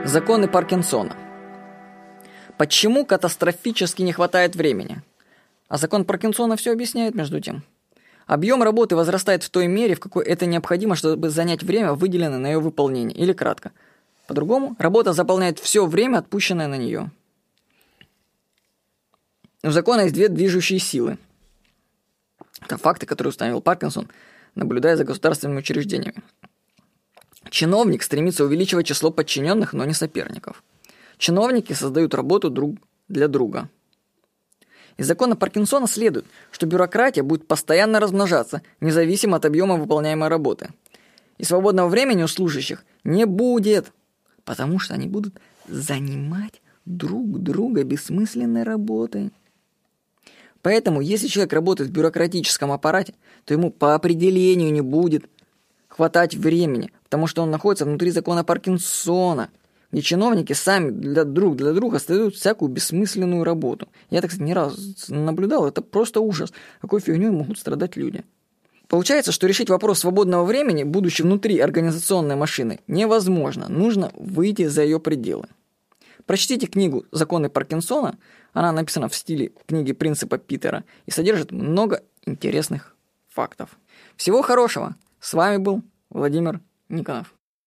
Законы Паркинсона. Почему катастрофически не хватает времени? А закон Паркинсона все объясняет между тем. Объем работы возрастает в той мере, в какой это необходимо, чтобы занять время, выделенное на ее выполнение, или кратко. По-другому, работа заполняет все время, отпущенное на нее. У закона есть две движущие силы. Это факты, которые установил Паркинсон, наблюдая за государственными учреждениями. Чиновник стремится увеличивать число подчиненных, но не соперников. Чиновники создают работу друг для друга. Из закона Паркинсона следует, что бюрократия будет постоянно размножаться, независимо от объема выполняемой работы. И свободного времени у служащих не будет, потому что они будут занимать друг друга бессмысленной работой. Поэтому, если человек работает в бюрократическом аппарате, то ему по определению не будет хватать времени, потому что он находится внутри закона Паркинсона, где чиновники сами друг для друга создают всякую бессмысленную работу. Я так, кстати, не раз наблюдал, это просто ужас. Какой фигней могут страдать люди. Получается, что решить вопрос свободного времени, будучи внутри организационной машины, невозможно. Нужно выйти за ее пределы. Прочтите книгу «Законы Паркинсона». Она написана в стиле книги Принципа Питера и содержит много интересных фактов. Всего хорошего. С вами был Владимир Никонов.